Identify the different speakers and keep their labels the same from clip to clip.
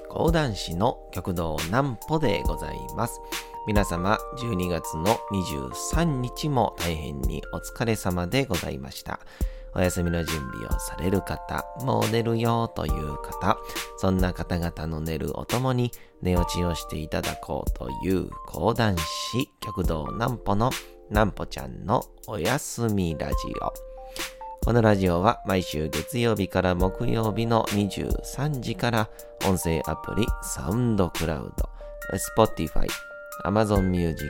Speaker 1: 講談師の極道南歩でございます。皆様12月の23日も大変にお疲れ様でございました。お休みの準備をされる方、もう寝るよという方、そんな方々の寝るおともに寝落ちをしていただこうという講談師極道南歩の南歩ちゃんのおやすみラジオ。このラジオは毎週月曜日から木曜日の23時から音声アプリサウンドクラウド、Spotify、Amazon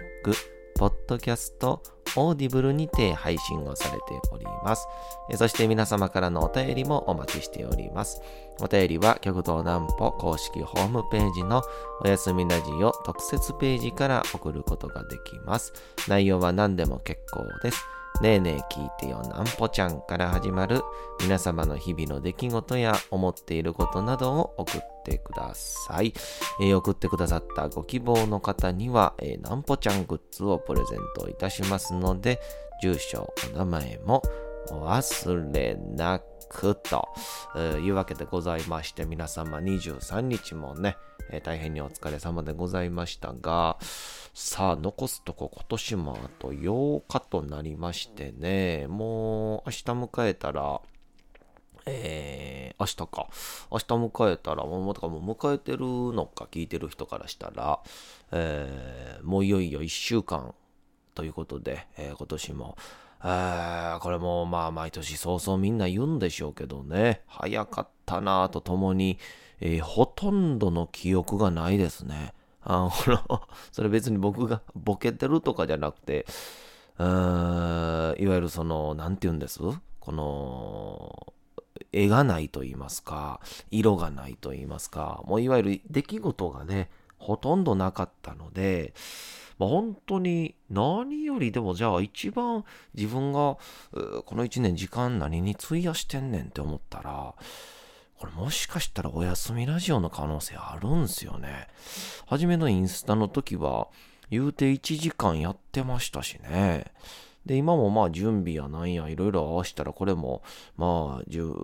Speaker 1: Music、Podcast、Audible にて配信をされております。そして皆様からのお便りもお待ちしております。お便りは極道南歩公式ホームページのおやすみラジオ特設ページから送ることができます。内容は何でも結構です。ねえねえ聞いてよなんぽちゃんから始まる皆様の日々の出来事や思っていることなどを送ってください。送ってくださったご希望の方には、なんぽちゃんグッズをプレゼントいたしますので、住所、お名前もお忘れなくというわけでございまして、皆様23日もね、大変にお疲れ様でございましたが、さあ残すとこ今年もあと8日となりましてね、もう明日迎えたら明日迎えたらもう迎えてるのか聞いてる人からしたら、もういよいよ1週間ということで、今年もこれもまあ毎年そうそうみんな言うんでしょうけどね、早かったなぁとともに、ほとんどの記憶がないですね。それ別に僕がボケてるとかじゃなくて、いわゆるなんて言うんです?この、絵がないと言いますか、色がないと言いますか、もういわゆる出来事がね、ほとんどなかったので、本当に何よりでもじゃあ一番自分がこの一年時間何に費やしてんねんって思ったら、これもしかしたらお休みラジオの可能性あるんすよね。初めのインスタの時は言うて1時間やってましたしね。で、今もまあ準備やなんやいろいろ合わせたらこれもまあ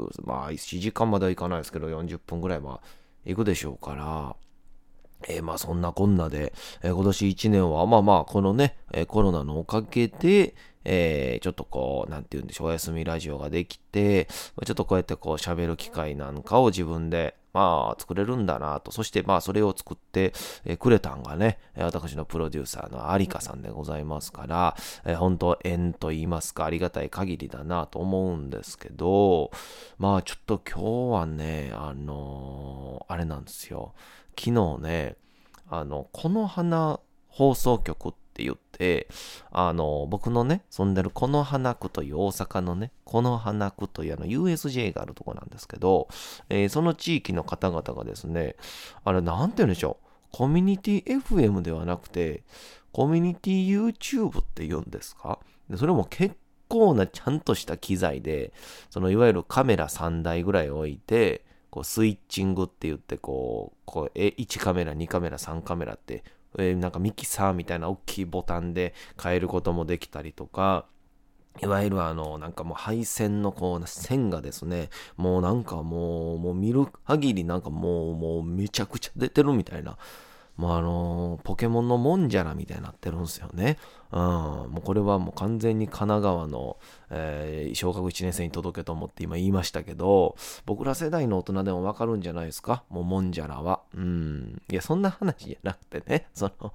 Speaker 1: 1時間まではいかないですけど40分ぐらいいくでしょうから、まあそんなこんなで、今年1年はこのね、コロナのおかげで、ちょっとこうなんて言うんでしょう、お休みラジオができて、ちょっとこうやってこう喋る機会なんかを自分で作れるんだなと。そしてそれを作って、くれたんがね、私のプロデューサーの有香さんでございますから、本当縁と言いますかありがたい限りだなと思うんですけど、ちょっと今日はね、あれなんですよ。昨日ね、この花放送局って言って、僕のね、住んでるこの花区という大阪のね、この花区というUSJ があるところなんですけど、その地域の方々がですね、なんて言うんでしょう、コミュニティ FM ではなくて、コミュニティ YouTube って言うんですか?でそれも結構なちゃんとした機材で、いわゆるカメラ3台ぐらい置いて、スイッチングって言って、1カメラ、2カメラ、3カメラって、なんかミキサーみたいな大きいボタンで変えることもできたりとか、いわゆるなんかもう配線の線がですね、もうなんかもう見る限りなんかもうめちゃくちゃ出てるみたいな、ポケモンのモンジャラみたいになってるんですよね。もうこれはもう完全に神奈川の、小学1年生に届けと思って今言いましたけど、僕ら世代の大人でもわかるんじゃないですか?もうモンジャラは。いや、そんな話じゃなくてね、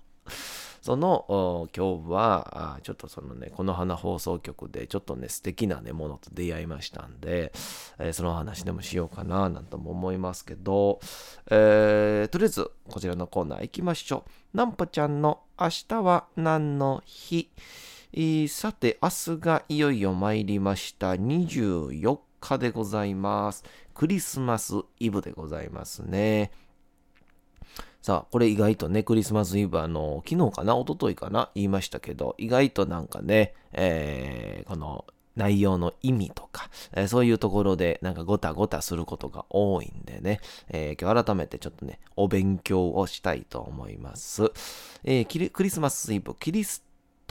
Speaker 1: 今日はちょっとこの花放送局でちょっとね素敵なねものと出会いましたんで、その話でもしようかななんとも思いますけど、とりあえずこちらのコーナー行きましょう。なんぽちゃんの明日は何の日。さて明日がいよいよ参りました24日でございます。クリスマスイブでございますね。さあ、これ意外とね、クリスマスイブ昨日かな、一昨日かな、言いましたけど、意外となんかね、この内容の意味とか、そういうところでなんかごたごたすることが多いんでね、今日改めてちょっとね、お勉強をしたいと思います。クリスマスイブ、キリスト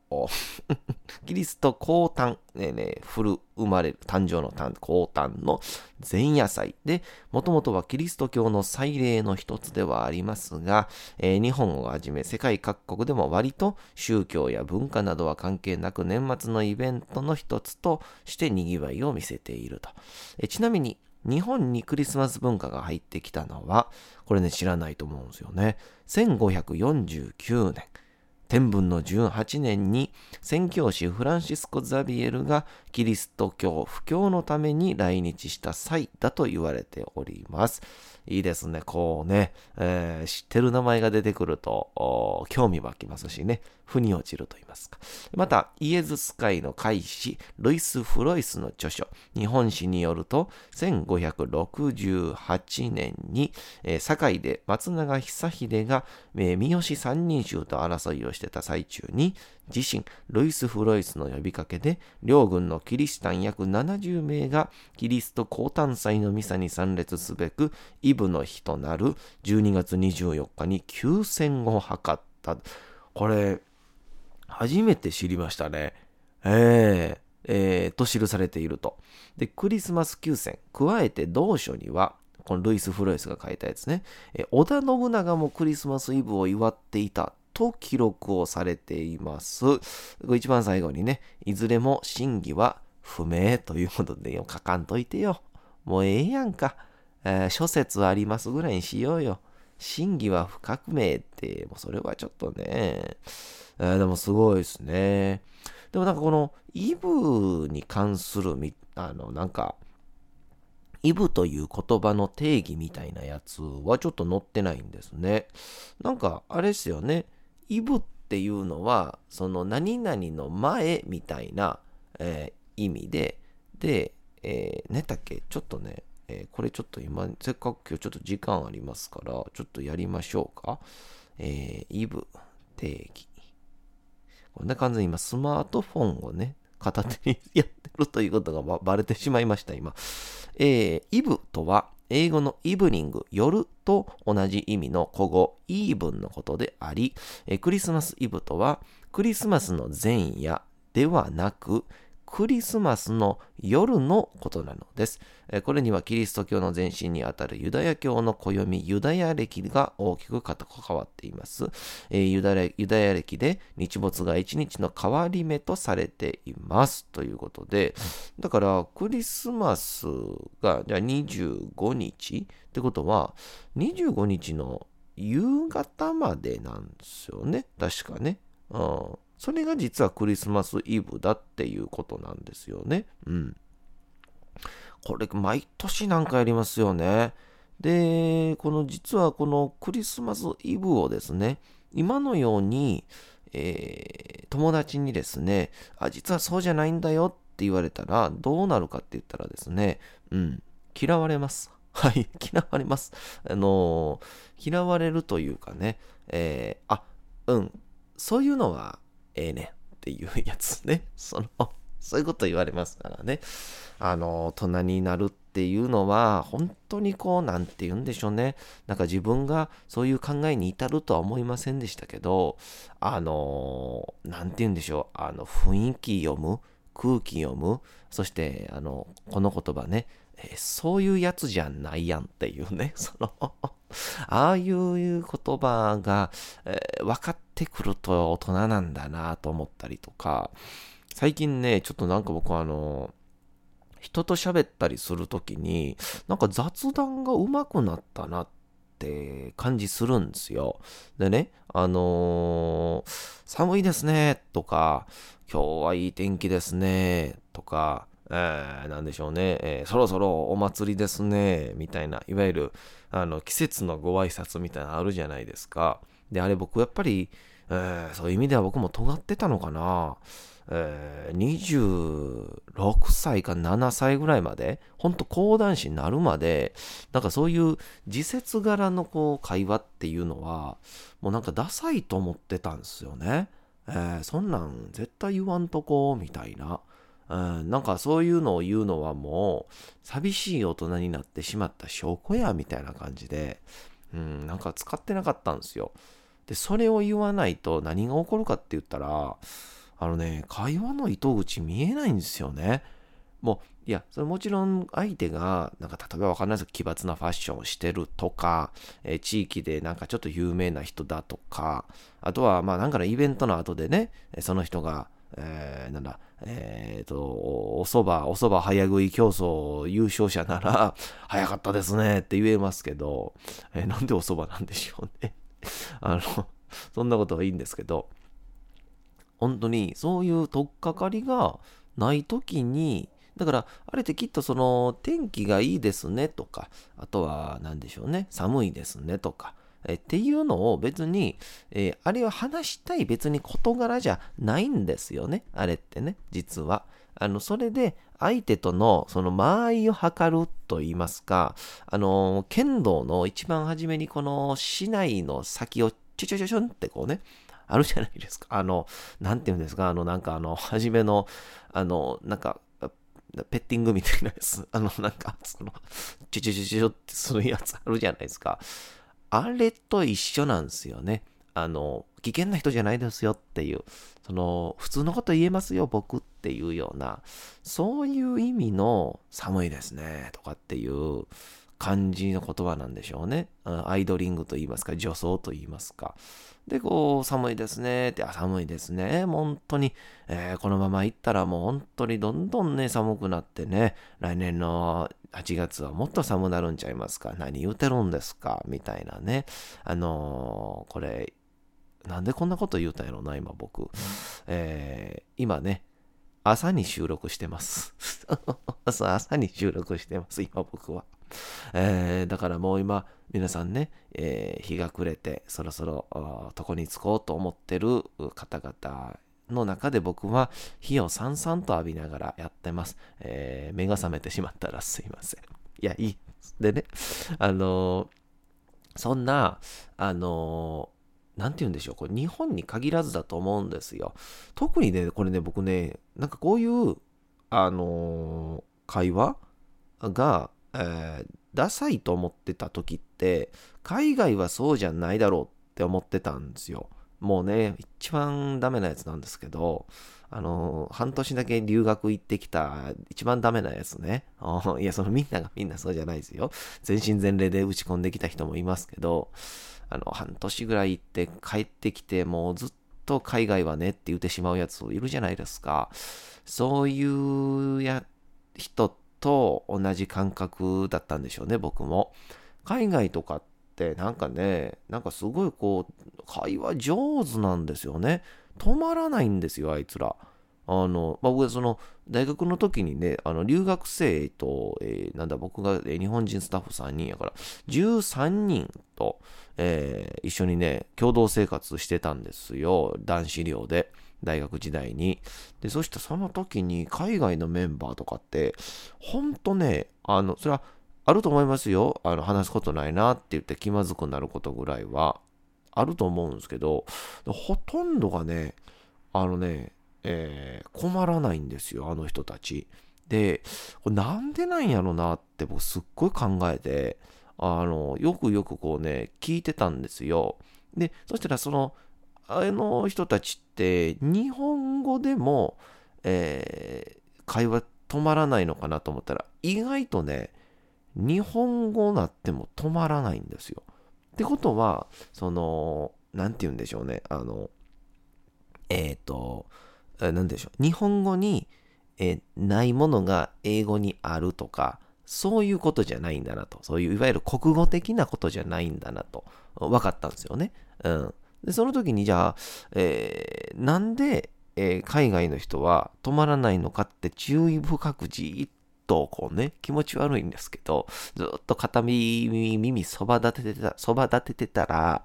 Speaker 1: キリスト降誕、生まれる、誕生の誕、降誕の前夜祭で、もともとはキリスト教の祭礼の一つではありますが、日本をはじめ世界各国でも割と宗教や文化などは関係なく年末のイベントの一つとして賑わいを見せていると。ちなみに、日本にクリスマス文化が入ってきたのは、これね知らないと思うんですよね。1549年。天文の18年に宣教師フランシスコ・ザビエルがキリスト教布教のために来日した際だと言われております。いいですね。こうね、知ってる名前が出てくると興味湧きますしね、腑に落ちると言いますか。また、イエズス会の開始、ルイス・フロイスの著書、日本史によると、1568年に、堺で松永久秀が、三好三人衆と争いをしてた最中に、自身、ルイス・フロイスの呼びかけで、両軍のキリシタン約70名がキリスト降誕祭のミサに参列すべく、イブの日となる12月24日に休戦を図った。これ、初めて知りましたね。と記されていると。で、クリスマス休戦、加えて同書には、このルイス・フロイスが書いたやつね、織田信長もクリスマスイブを祝っていたと記録をされています。一番最後にね、いずれも真偽は不明ということで、書かんといてよ。もうええやんか。諸説ありますぐらいにしようよ。真偽は不確明って、もうそれはちょっとね、でもすごいですね。でもなんかこのイブに関するなんか、イブという言葉の定義みたいなやつはちょっと載ってないんですね。なんかあれですよね。イブっていうのは、その何々の前みたいな、意味で、ねだっけ、ちょっとね、これちょっと今、せっかく今日ちょっと時間ありますから、ちょっとやりましょうか。イブ定義。こんな感じで今、スマートフォンをね、片手にやってるということがバレてしまいました、今。イブとは、英語のイブニング、夜と同じ意味の古語、イーブンのことであり、クリスマスイブとは、クリスマスの前夜ではなく、クリスマスの夜のことなのです。これにはキリスト教の前身にあたるユダヤ教の暦ユダヤ暦が大きく関わっています。ユダヤ暦で日没が1日の変わり目とされていますということで、だからクリスマスがじゃあ25日ってことは25日の夕方までなんですよね、確かね。それが実はクリスマスイブだっていうことなんですよね。これ毎年なんかやりますよね。で、実はこのクリスマスイブをですね、今のように、友達にですね、実はそうじゃないんだよって言われたら、どうなるかって言ったらですね、嫌われます。はい、嫌われます。嫌われるというかね、そういうのはええねんっていうやつね。そういうこと言われますからね。大人になるっていうのは、本当になんて言うんでしょうね。なんか自分がそういう考えに至るとは思いませんでしたけど、なんて言うんでしょう。雰囲気読む、空気読む、そして、この言葉ね、そういうやつじゃないやんっていうね、ああいう言葉が、分かってくると大人なんだなと思ったりとか、最近ね、ちょっとなんか僕人と喋ったりするときに、なんか雑談が上手くなったなって感じするんですよ。でね、寒いですねとか、今日はいい天気ですねとか、なんでしょうね、そろそろお祭りですねみたいな、いわゆる季節のご挨拶みたいなのあるじゃないですか。で、あれ僕やっぱり、そういう意味では僕も尖ってたのかな。26歳か7歳ぐらいまで、ほんと講談師になるまで、なんかそういう時節柄の会話っていうのは、もうなんかダサいと思ってたんですよね。そんなん絶対言わんとこみたいな。なんかそういうのを言うのはもう寂しい大人になってしまった証拠やみたいな感じで、なんか使ってなかったんですよ。で、それを言わないと何が起こるかって言ったら、 会話の糸口見えないんですよね。もう、いや、それもちろん相手が、なんか例えばわかんないですけど、奇抜なファッションをしてるとか、地域でなんかちょっと有名な人だとか、あとは、まあなんかのイベントの後でね、その人が、なんだ、お蕎麦早食い競争優勝者なら、早かったですねって言えますけど、なんでお蕎麦なんでしょうね。そんなことはいいんですけど、本当にそういう取っかかりがないときに、だからあれってきっとその天気がいいですねとか、あとは何でしょうね、寒いですねとか、っていうのを別に、あれは話したい別に事柄じゃないんですよね。あれってね、実は。それで相手とのその間合いを測ると言いますか、剣道の一番初めにこの竹刀の先をちょちょちょちょんってこうね、あるじゃないですか。なんていうんですか、初めの、なんか、ペッティングみたいなやつ。チュチュチュチュってするやつあるじゃないですか。あれと一緒なんですよね。危険な人じゃないですよっていう、普通のこと言えますよ、僕っていうような、そういう意味の寒いですね、とかっていう感じの言葉なんでしょうね。アイドリングと言いますか、女装と言いますか。で、こう、寒いですねって、寒いですね。もう本当に、このまま行ったらもう本当にどんどんね、寒くなってね、来年の8月はもっと寒なるんちゃいますか。何言うてるんですかみたいなね。これ、なんでこんなこと言うたんやろな、今僕。今ね、朝に収録してます。朝に収録してます、今僕は。だからもう今、皆さんね、日が暮れて、そろそろ床に着こうと思ってる方々の中で僕は火をさんさんと浴びながらやってます。目が覚めてしまったらすいません。いや、いい。でね、そんな、なんて言うんでしょう、これ日本に限らずだと思うんですよ。特にね、これね、僕ね、なんかこういう、会話が、ダサいと思ってた時って、海外はそうじゃないだろうって思ってたんですよ。もうね、一番ダメなやつなんですけど、半年だけ留学行ってきた一番ダメなやつね。いや、みんながみんなそうじゃないですよ。全身全霊で打ち込んできた人もいますけど、半年ぐらい行って帰ってきて、もうずっと海外はねって言ってしまうやついるじゃないですか。そういう人と同じ感覚だったんでしょうね、僕も。海外とかってなんかね、なんかすごいこう、会話上手なんですよね。止まらないんですよ、あいつら。僕は大学の時にね、留学生と、僕が、日本人スタッフ3人やから、13人と、一緒にね、共同生活してたんですよ。男子寮で。大学時代に。で、そしてその時に海外のメンバーとかって、ほんとね、それはあると思いますよ。話すことないなって言って気まずくなることぐらいはあると思うんですけど、ほとんどがね、あのね、困らないんですよ、あの人たち。で、これなんでなんやろなって僕すっごい考えて、よくよくこうね、聞いてたんですよ。で、そしたらあの人たちって日本語でも、会話止まらないのかなと思ったら、意外とね、日本語なっても止まらないんですよ。ってことは、なんて言うんでしょうね。なんでしょう。日本語に、ないものが英語にあるとか、そういうことじゃないんだなと。そういういわゆる国語的なことじゃないんだなと。分かったんですよね。うん。で、その時にじゃあ、なんで、海外の人は止まらないのかって注意深くじーっとこうね、気持ち悪いんですけど、ずっと片耳そば立ててたら、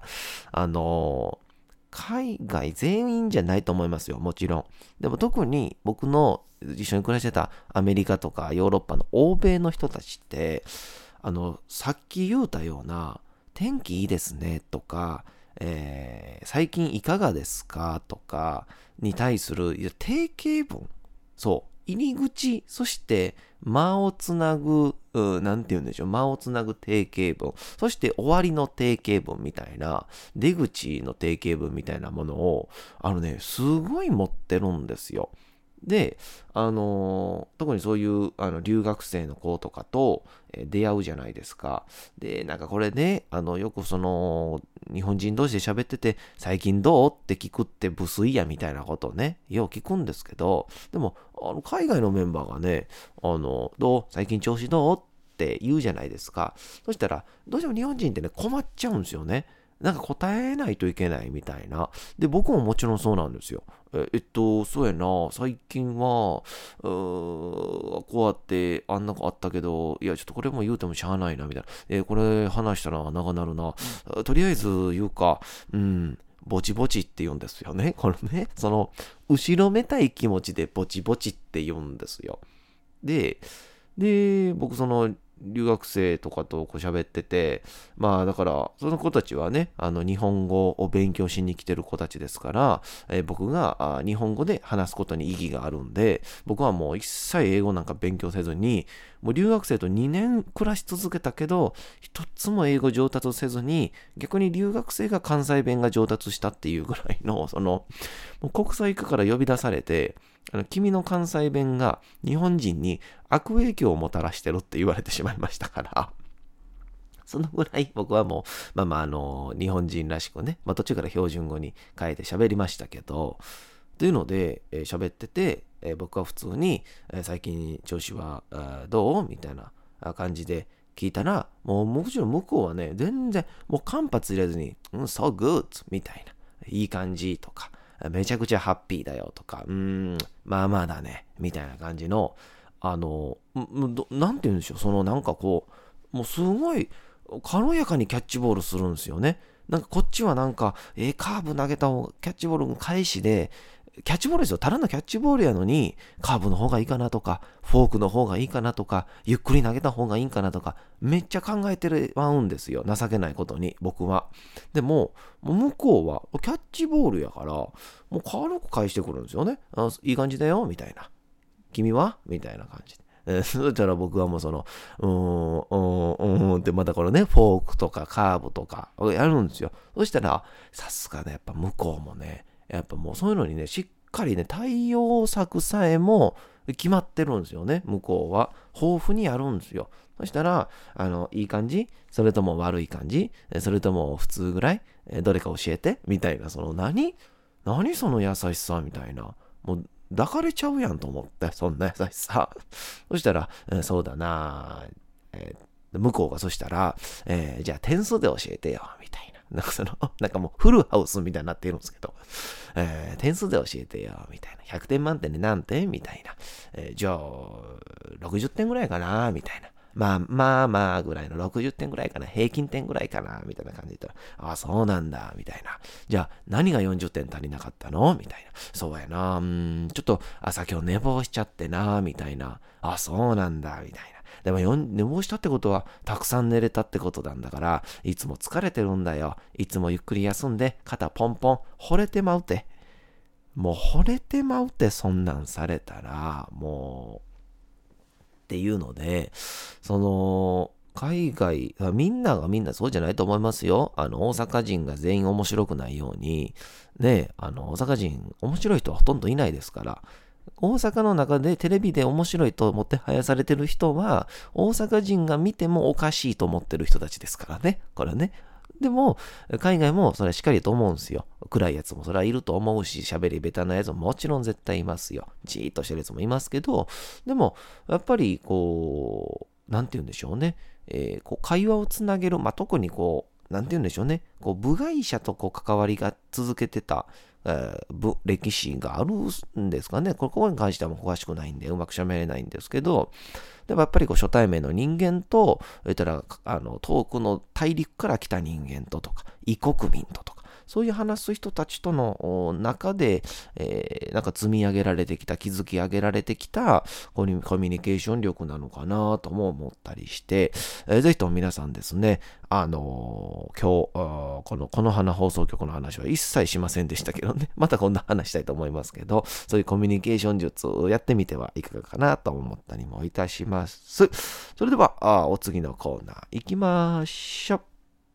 Speaker 1: 海外全員じゃないと思いますよ、もちろん。でも特に僕の一緒に暮らしてたアメリカとかヨーロッパの欧米の人たちって、さっき言うたような、天気いいですねとか、最近いかがですかとかに対する定型文。そう。 入り口、そして間をつなぐ、なんて言うんでしょう、間をつなぐ定型文、そして終わりの定型文みたいな、出口の定型文みたいなものを、すごい持ってるんですよ。で、特にそういう留学生の子とかと出会うじゃないですか。で、なんかこれね、よく日本人同士で喋ってて、最近どうって聞くって無粋やみたいなことをね、よう聞くんですけど、でも、海外のメンバーがね、どう最近調子どうって言うじゃないですか。そしたら、どうしても日本人ってね、困っちゃうんですよね。なんか答えないといけないみたいな。で、僕ももちろんそうなんですよ。そうやな、最近は、こうやってあんな子あったけど、いや、ちょっとこれも言うてもしゃあないな、みたいな。これ話したら長なるな。とりあえず言うか、ぼちぼちって言うんですよね。これね、後ろめたい気持ちでぼちぼちって言うんですよ。で、僕留学生とかとこう喋ってて、まあだから、その子たちはね、日本語を勉強しに来てる子たちですから、僕が日本語で話すことに意義があるんで、僕はもう一切英語なんか勉強せずに、もう留学生と2年暮らし続けたけど、一つも英語上達せずに、逆に留学生が関西弁が上達したっていうぐらいの、もう国際化から呼び出されて、君の関西弁が日本人に悪影響をもたらしてるって言われてしまいましたから、そのぐらい僕はもう、日本人らしくね、途中から標準語に変えて喋りましたけど、というので、喋ってて、僕は普通に、最近調子はどうみたいな感じで聞いたら、もちろん向こうはね、全然もう間髪入れずに、so good みたいな、いい感じとか、めちゃくちゃハッピーだよとか、まあまあだね、みたいな感じの、なんて言うんでしょう、なんかこう、もうすごい軽やかにキャッチボールするんですよね。なんかこっちはなんか、カーブ投げた方が、キャッチボールの返しで、キャッチボールですよ。ただのキャッチボールやのに、カーブの方がいいかなとか、フォークの方がいいかなとか、ゆっくり投げた方がいいかなとか、めっちゃ考えてまうんですよ。情けないことに、僕は。でも、向こうは、キャッチボールやから、もう軽く返してくるんですよね。いい感じだよ、みたいな。君はみたいな感じで。そしたら僕はもうってまたこのね、フォークとかカーブとかやるんですよ。そしたら、さすがね、やっぱ向こうもね、やっぱもうそういうのにね、しっかりね、対応策さえも決まってるんですよね、向こうは。豊富にやるんですよ。そしたら、いい感じそれとも悪い感じそれとも普通ぐらいどれか教えてみたいな、何その優しさみたいな。もう、抱かれちゃうやんと思って、そんな優しさ。そしたら、そうだな、向こうがそしたら、じゃあ点数で教えてよ、みたいな。なんかもうフルハウスみたいになっているんですけど、点数で教えてよ、みたいな。100点満点で何点みたいな。じゃあ、60点ぐらいかな、みたいな。まあぐらいの60点ぐらいかな、平均点ぐらいかな、みたいな感じで言ったら、あ、そうなんだ、みたいな。じゃあ、何が40点足りなかったのみたいな。そうやな、ちょっと朝今日寝坊しちゃってな、みたいな。あ、そうなんだ、みたいな。でも寝坊したってことは、たくさん寝れたってことなんだから、いつも疲れてるんだよ。いつもゆっくり休んで、肩ポンポン、惚れてまうて。もう惚れてまうて、そんなんされたら、もう、っていうので、海外、みんながみんなそうじゃないと思いますよ。大阪人が全員面白くないように、ね、大阪人、面白い人はほとんどいないですから、大阪の中でテレビで面白いと思ってはやされてる人は、大阪人が見てもおかしいと思ってる人たちですからね。これね。でも、海外もそれはしっかりと思うんですよ。暗いやつもそれはいると思うし、喋り下手なやつももちろん絶対いますよ。じーっとしてるやつもいますけど、でも、やっぱりなんて言うんでしょうね。会話をつなげる、特になんて言うんでしょうね。部外者と関わりが続けてた、歴史があるんですかね。ここに関してはもう詳しくないんで、うまく喋れないんですけど、でもやっぱり初対面の人間と、言ったら、遠くの大陸から来た人間とか、異国民とか、 そういう話す人たちとの中で、なんか積み上げられてきた、築き上げられてきたコミュニケーション力なのかなとも思ったりして、ぜひとも皆さんですね、今日、この花放送局の話は一切しませんでしたけどね、またこんな話したいと思いますけど、そういうコミュニケーション術をやってみてはいかがかなと思ったりもいたします。それでは、お次のコーナー行きましょう。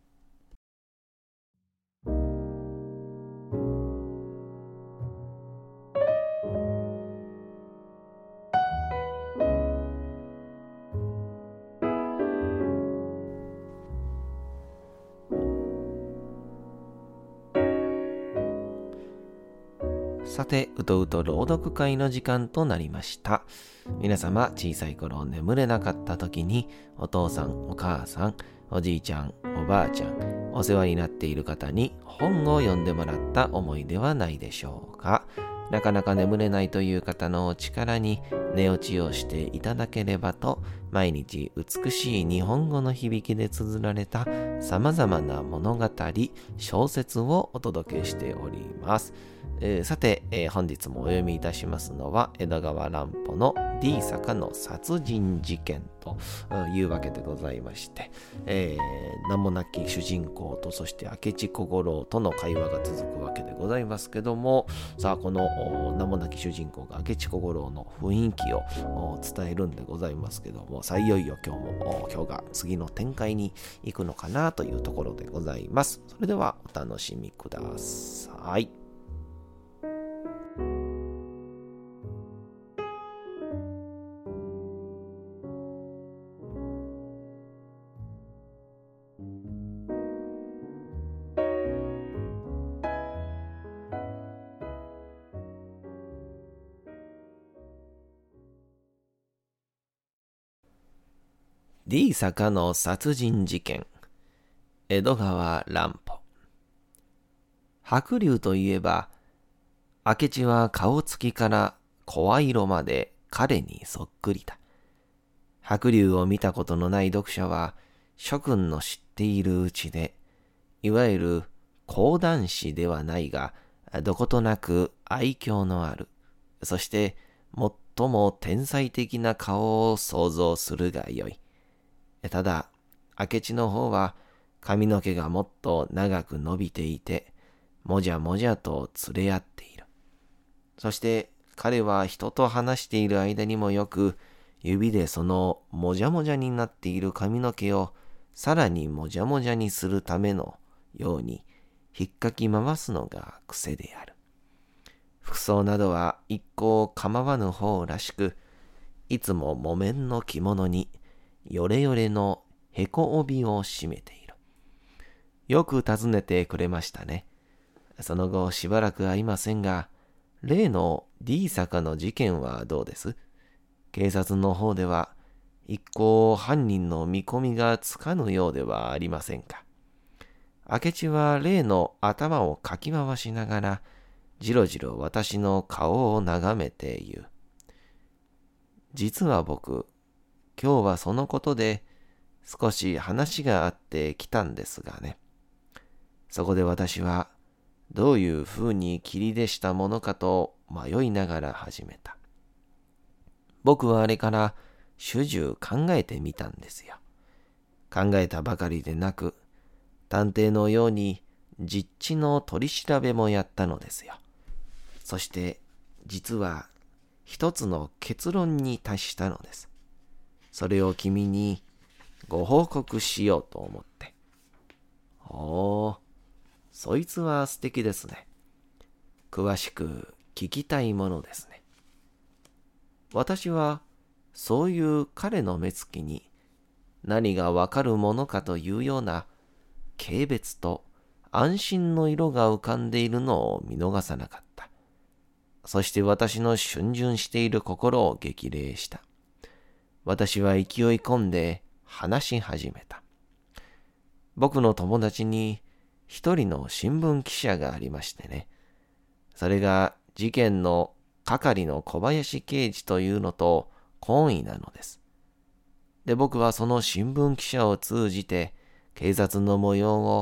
Speaker 1: さて、うとうと朗読会の時間となりました。皆様、小さい頃眠れなかった時に、お父さん、お母さん、おじいちゃん、おばあちゃん、お世話になっている方に本を読んでもらった思い出はないでしょうか。なかなか眠れないという方のお力に寝落ちをしていただければと、毎日美しい日本語の響きで綴られた様々な物語、小説をお届けしております。さて、本日もお読みいたしますのは江戸川乱歩の D 坂の殺人事件というわけでございまして、名もなき主人公とそして明智小五郎との会話が続くわけでございますけども、さあこの名もなき主人公が明智小五郎の雰囲気を伝えるんでございますけども、さあいよいよ今日が次の展開に行くのかなというところでございます。それではお楽しみください。D 坂の殺人事件、江戸川乱歩。白龍といえば、明智は顔つきから声色まで彼にそっくりだ。白龍を見たことのない読者は、諸君の知っているうちで、いわゆる講談師ではないが、どことなく愛嬌のある、そして最も天才的な顔を想像するがよい。ただ、明智の方は髪の毛がもっと長く伸びていて、もじゃもじゃと連れ合っている。そして彼は人と話している間にもよく、指でそのもじゃもじゃになっている髪の毛をさらにもじゃもじゃにするためのように引っかき回すのが癖である。服装などは一向構わぬ方らしく、いつも木綿の着物によれよれのへこ帯を締めている。よく訪ねてくれましたね。その後しばらく会いませんが、例の D 坂の事件はどうです？警察の方では一向犯人の見込みがつかぬようではありませんか。明智は例の頭をかき回しながら、じろじろ私の顔を眺めて言う。実は僕、今日はそのことで少し話があってきたんですがね。そこで私はどういうふうに切り出したものかと迷いながら始めた。僕はあれから主従考えてみたんですよ。考えたばかりでなく、探偵のように実地の取り調べもやったのですよ。そして実は一つの結論に達したのです。それを君にご報告しようと思って。おー、そいつは素敵ですね。詳しく聞きたいものですね。私はそういう彼の目つきに何がわかるものかというような軽蔑と安心の色が浮かんでいるのを見逃さなかった。そして私の逡巡している心を激励した。私は勢い込んで話し始めた。僕の友達に一人の新聞記者がありましてね。それが事件の係の小林刑事というのと懇意なのです。で、僕はその新聞記者を通じて警察の模様を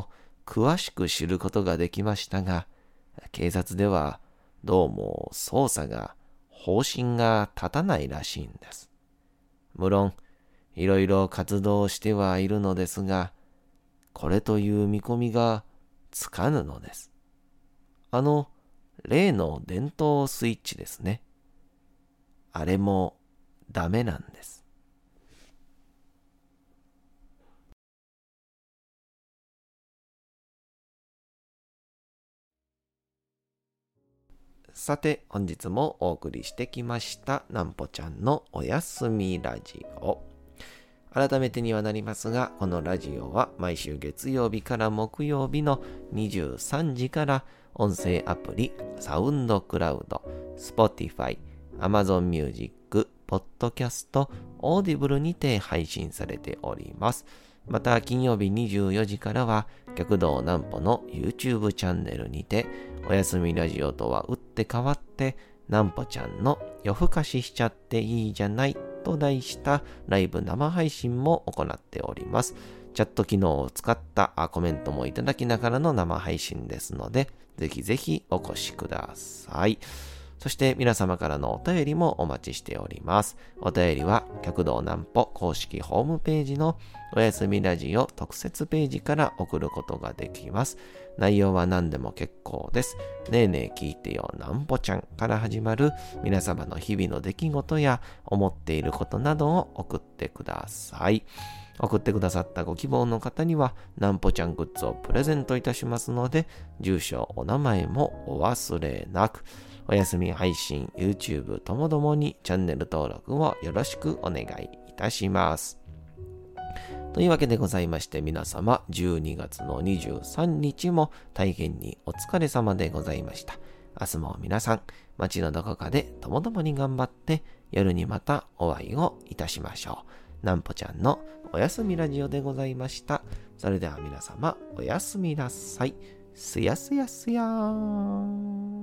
Speaker 1: 詳しく知ることができましたが、警察ではどうも捜査が方針が立たないらしいんです。無論、いろいろ活動してはいるのですが、これという見込みがつかぬのです。例の電灯スイッチですね。あれもダメなんです。さて、本日もお送りしてきましたなんぽちゃんのおやすみラジオ。改めてにはなりますが、このラジオは毎週月曜日から木曜日の23時から音声アプリサウンドクラウド、Spotify、Amazon Music、Podcast、Audible にて配信されております。また金曜日24時からは極道南歩の YouTube チャンネルにておやすみラジオとは打って変わって南歩ちゃんの夜更かししちゃっていいじゃないと題したライブ生配信も行っております。チャット機能を使ったコメントもいただきながらの生配信ですので、ぜひぜひお越しください。そして皆様からのお便りもお待ちしております。お便りは極道南歩公式ホームページのおやすみラジオ特設ページから送ることができます。内容は何でも結構です。ねえねえ聞いてよなんぽちゃんから始まる皆様の日々の出来事や思っていることなどを送ってください。送ってくださったご希望の方にはなんぽちゃんグッズをプレゼントいたしますので、住所お名前もお忘れなく。おやすみ配信、YouTube ともどもにチャンネル登録をよろしくお願いいたします。というわけでございまして、皆様12月の23日も大変にお疲れ様でございました。明日も皆さん街のどこかでともどもに頑張って夜にまたお会いをいたしましょう。なんぽちゃんのおやすみラジオでございました。それでは皆様おやすみなさい。すやすやすやーん。